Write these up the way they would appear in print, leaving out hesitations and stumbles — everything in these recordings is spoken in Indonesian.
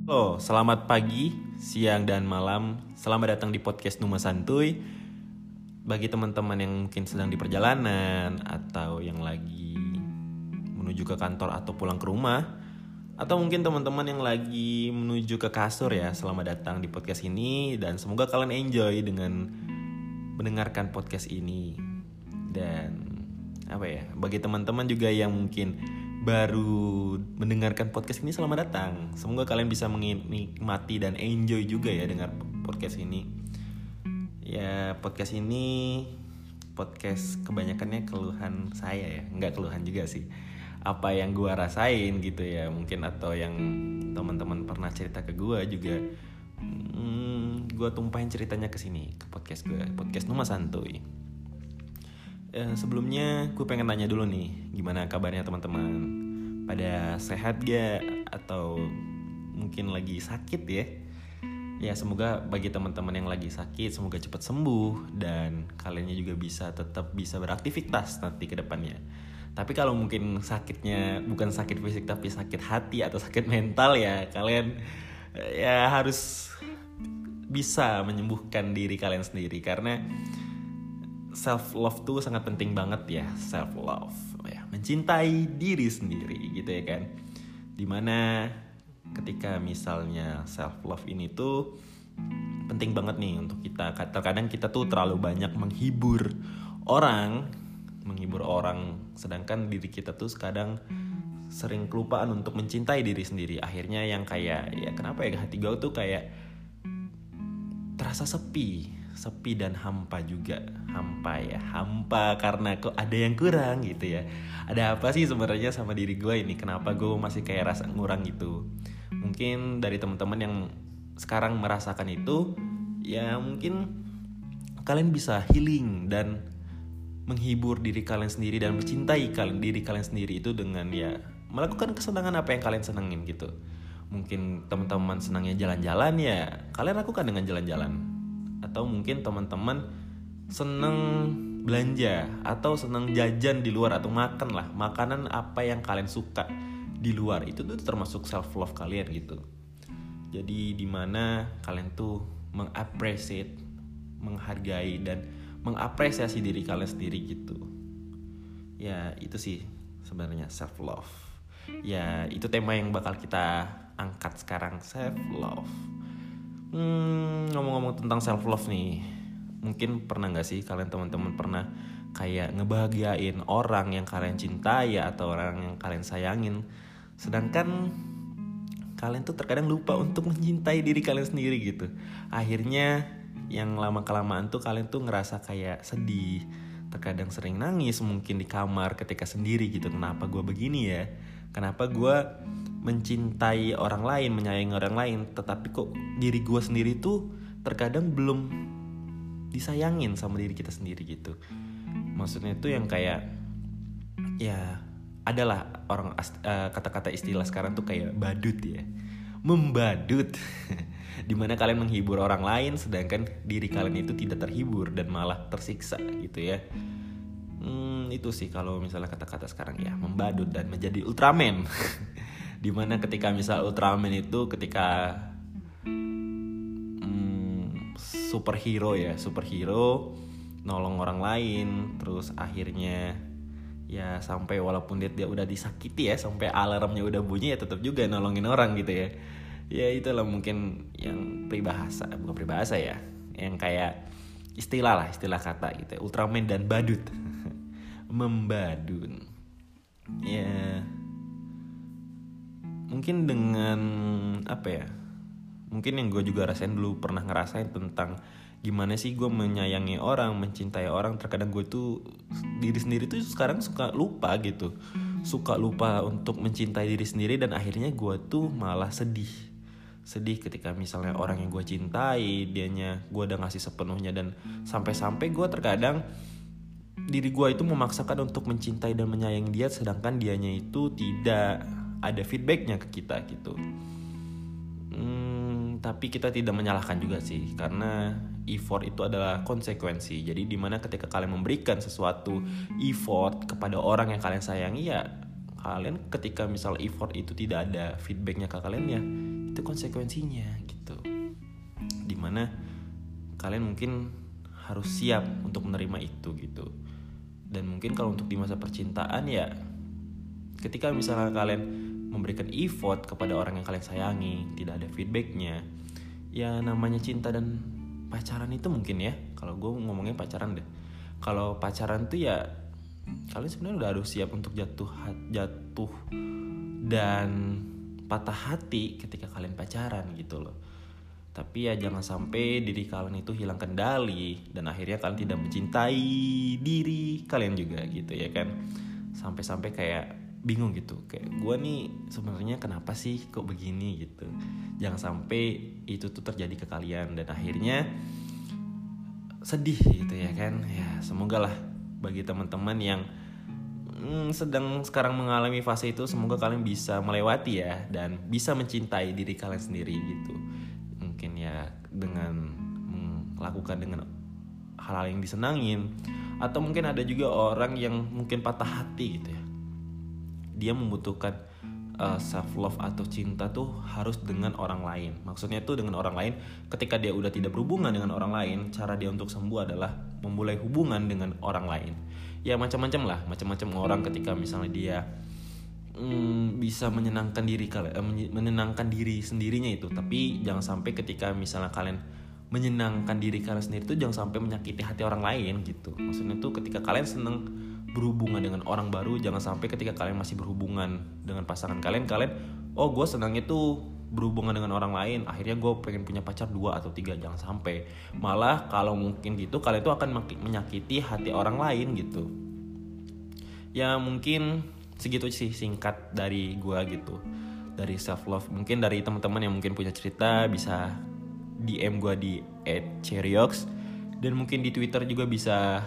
Halo, selamat pagi, siang, dan malam. Selamat datang di podcast Numa Santuy. Bagi teman-teman yang mungkin sedang di perjalanan, atau yang lagi menuju ke kantor atau pulang ke rumah, atau mungkin teman-teman yang lagi menuju ke kasur ya, selamat datang di podcast ini. Dan semoga kalian enjoy dengan mendengarkan podcast ini. Dan bagi teman-teman juga yang mungkin baru mendengarkan podcast ini, selamat datang. Semoga kalian bisa menikmati dan enjoy juga ya dengar podcast ini. Ya, podcast ini kebanyakannya keluhan saya ya. Enggak keluhan juga sih. Apa yang gue rasain gitu ya, mungkin atau yang teman-teman pernah cerita ke gue juga. Gue tumpahin ceritanya ke sini, ke podcast gue, podcast Numa Santuy. Sebelumnya gue pengen tanya dulu nih, gimana kabarnya teman-teman? Pada sehat gak? Atau mungkin lagi sakit ya? Ya semoga bagi teman-teman yang lagi sakit, semoga cepat sembuh. Dan kaliannya juga tetap bisa beraktivitas nanti ke depannya. Tapi kalau mungkin sakitnya bukan sakit fisik tapi sakit hati atau sakit mental ya, kalian ya harus bisa menyembuhkan diri kalian sendiri. Karena self love tuh sangat penting banget ya, self love ya, mencintai diri sendiri gitu ya kan. Dimana ketika misalnya self love ini tuh penting banget nih untuk kita. Terkadang kita tuh terlalu banyak menghibur orang, sedangkan diri kita tuh kadang sering kelupaan untuk mencintai diri sendiri. Akhirnya yang kayak ya kenapa ya hati gue tuh kayak terasa sepi dan hampa juga. Hampa karena kok ada yang kurang gitu ya. Ada apa sih sebenarnya sama diri gue ini? Kenapa gue masih kayak rasa ngurang gitu? Mungkin dari teman-teman yang sekarang merasakan itu, ya mungkin kalian bisa healing dan menghibur diri kalian sendiri dan mencintai diri kalian sendiri itu dengan ya melakukan kesenangan apa yang kalian senengin gitu. Mungkin teman-teman senangnya jalan-jalan, ya kalian lakukan dengan jalan-jalan. Atau mungkin teman-teman seneng belanja atau seneng jajan di luar atau makan lah, makanan apa yang kalian suka di luar, itu tuh termasuk self love kalian gitu. Jadi dimana kalian tuh mengappreciate, menghargai dan mengapresiasi diri kalian sendiri gitu. Ya itu sih sebenarnya self love. Ya itu tema yang bakal kita angkat sekarang, self love. Ngomong-ngomong tentang self love nih, mungkin pernah gak sih kalian teman-teman pernah kayak ngebahagiain orang yang kalian cintai atau orang yang kalian sayangin, sedangkan kalian tuh terkadang lupa untuk mencintai diri kalian sendiri gitu. Akhirnya yang lama-kelamaan tuh kalian tuh ngerasa kayak sedih, terkadang sering nangis mungkin di kamar ketika sendiri gitu. Kenapa gue begini ya? Kenapa gue mencintai orang lain, menyayangi orang lain, tetapi kok diri gue sendiri tuh terkadang belum disayangin sama diri kita sendiri gitu. Maksudnya itu yang kayak ya adalah orang kata-kata istilah sekarang tuh kayak badut ya, membadut. Dimana kalian menghibur orang lain sedangkan diri kalian itu tidak terhibur dan malah tersiksa gitu ya. Itu sih kalau misalnya kata-kata sekarang ya, membadut dan menjadi Ultraman. Dimana ketika misal Ultraman itu ketika superhero nolong orang lain, terus akhirnya ya sampai walaupun dia udah disakiti ya, sampai alarmnya udah bunyi ya tetap juga nolongin orang gitu ya. Ya itulah mungkin yang bukan peribahasa ya, yang kayak istilah kata gitu ya, Ultraman dan badut. Membadut ya, mungkin dengan mungkin yang gue juga rasain dulu, pernah ngerasain tentang gimana sih gue menyayangi orang, mencintai orang. Terkadang gue tuh diri sendiri tuh sekarang suka lupa untuk mencintai diri sendiri, dan akhirnya gue tuh malah sedih ketika misalnya orang yang gue cintai gue udah ngasih sepenuhnya, dan sampai gue terkadang diri gue itu memaksakan untuk mencintai dan menyayangi dia, sedangkan dianya itu tidak ada feedbacknya ke kita gitu. Tapi kita tidak menyalahkan juga sih, karena effort itu adalah konsekuensi. Jadi dimana ketika kalian memberikan sesuatu effort kepada orang yang kalian sayangi, ya kalian ketika misal effort itu tidak ada feedbacknya ke kalian, ya itu itu konsekuensinya gitu. Dimana kalian mungkin harus siap untuk menerima itu gitu. Dan mungkin kalau untuk di masa percintaan ya, ketika misalnya kalian memberikan effort kepada orang yang kalian sayangi, tidak ada feedbacknya, ya namanya cinta dan pacaran itu mungkin ya, kalau gue ngomongnya pacaran deh. Kalau pacaran tuh ya kalian sebenarnya udah harus siap untuk jatuh dan patah hati ketika kalian pacaran gitu loh. Tapi ya jangan sampai diri kalian itu hilang kendali dan akhirnya kalian tidak mencintai diri kalian juga gitu ya kan. Sampai-sampai kayak bingung gitu, kayak gue nih sebenarnya kenapa sih kok begini gitu. Jangan sampai itu tuh terjadi ke kalian dan akhirnya sedih gitu ya kan. Ya semoga lah bagi teman-teman yang sedang sekarang mengalami fase itu, semoga kalian bisa melewati ya dan bisa mencintai diri kalian sendiri gitu. Mungkin ya dengan melakukan dengan hal-hal yang disenangin, atau mungkin ada juga orang yang mungkin patah hati gitu ya. Dia membutuhkan self love atau cinta tuh harus dengan orang lain. Maksudnya tuh dengan orang lain, ketika dia udah tidak berhubungan dengan orang lain, cara dia untuk sembuh adalah memulai hubungan dengan orang lain. Ya macam-macam orang ketika misalnya dia bisa menyenangkan diri sendirinya itu. Tapi jangan sampai ketika misalnya kalian menyenangkan diri kalian sendiri itu jangan sampai menyakiti hati orang lain gitu. Maksudnya tuh ketika kalian seneng berhubungan dengan orang baru, jangan sampai ketika kalian masih berhubungan dengan pasangan kalian oh gue senangnya tuh berhubungan dengan orang lain, akhirnya gue pengen punya pacar 2 atau 3. Jangan sampai, malah kalau mungkin gitu kalian tuh akan menyakiti hati orang lain gitu. Ya mungkin segitu sih singkat dari gue gitu, dari self love. Mungkin dari teman-teman yang mungkin punya cerita bisa DM gue di @cherryox, dan mungkin di Twitter juga bisa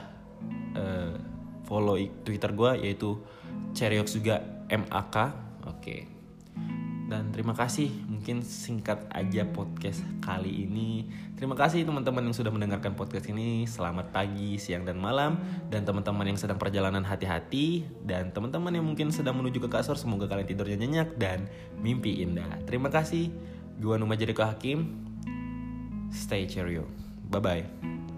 follow Twitter gue yaitu cherryox juga MAK. Oke. Dan terima kasih, mungkin singkat aja podcast kali ini. Terima kasih teman-teman yang sudah mendengarkan podcast ini. Selamat pagi, siang, dan malam. Dan teman-teman yang sedang perjalanan hati-hati. Dan teman-teman yang mungkin sedang menuju ke kasur, semoga kalian tidurnya nyenyak dan mimpi indah. Terima kasih. Gua Numa Jericho Hakim. Stay cheerio. Bye-bye.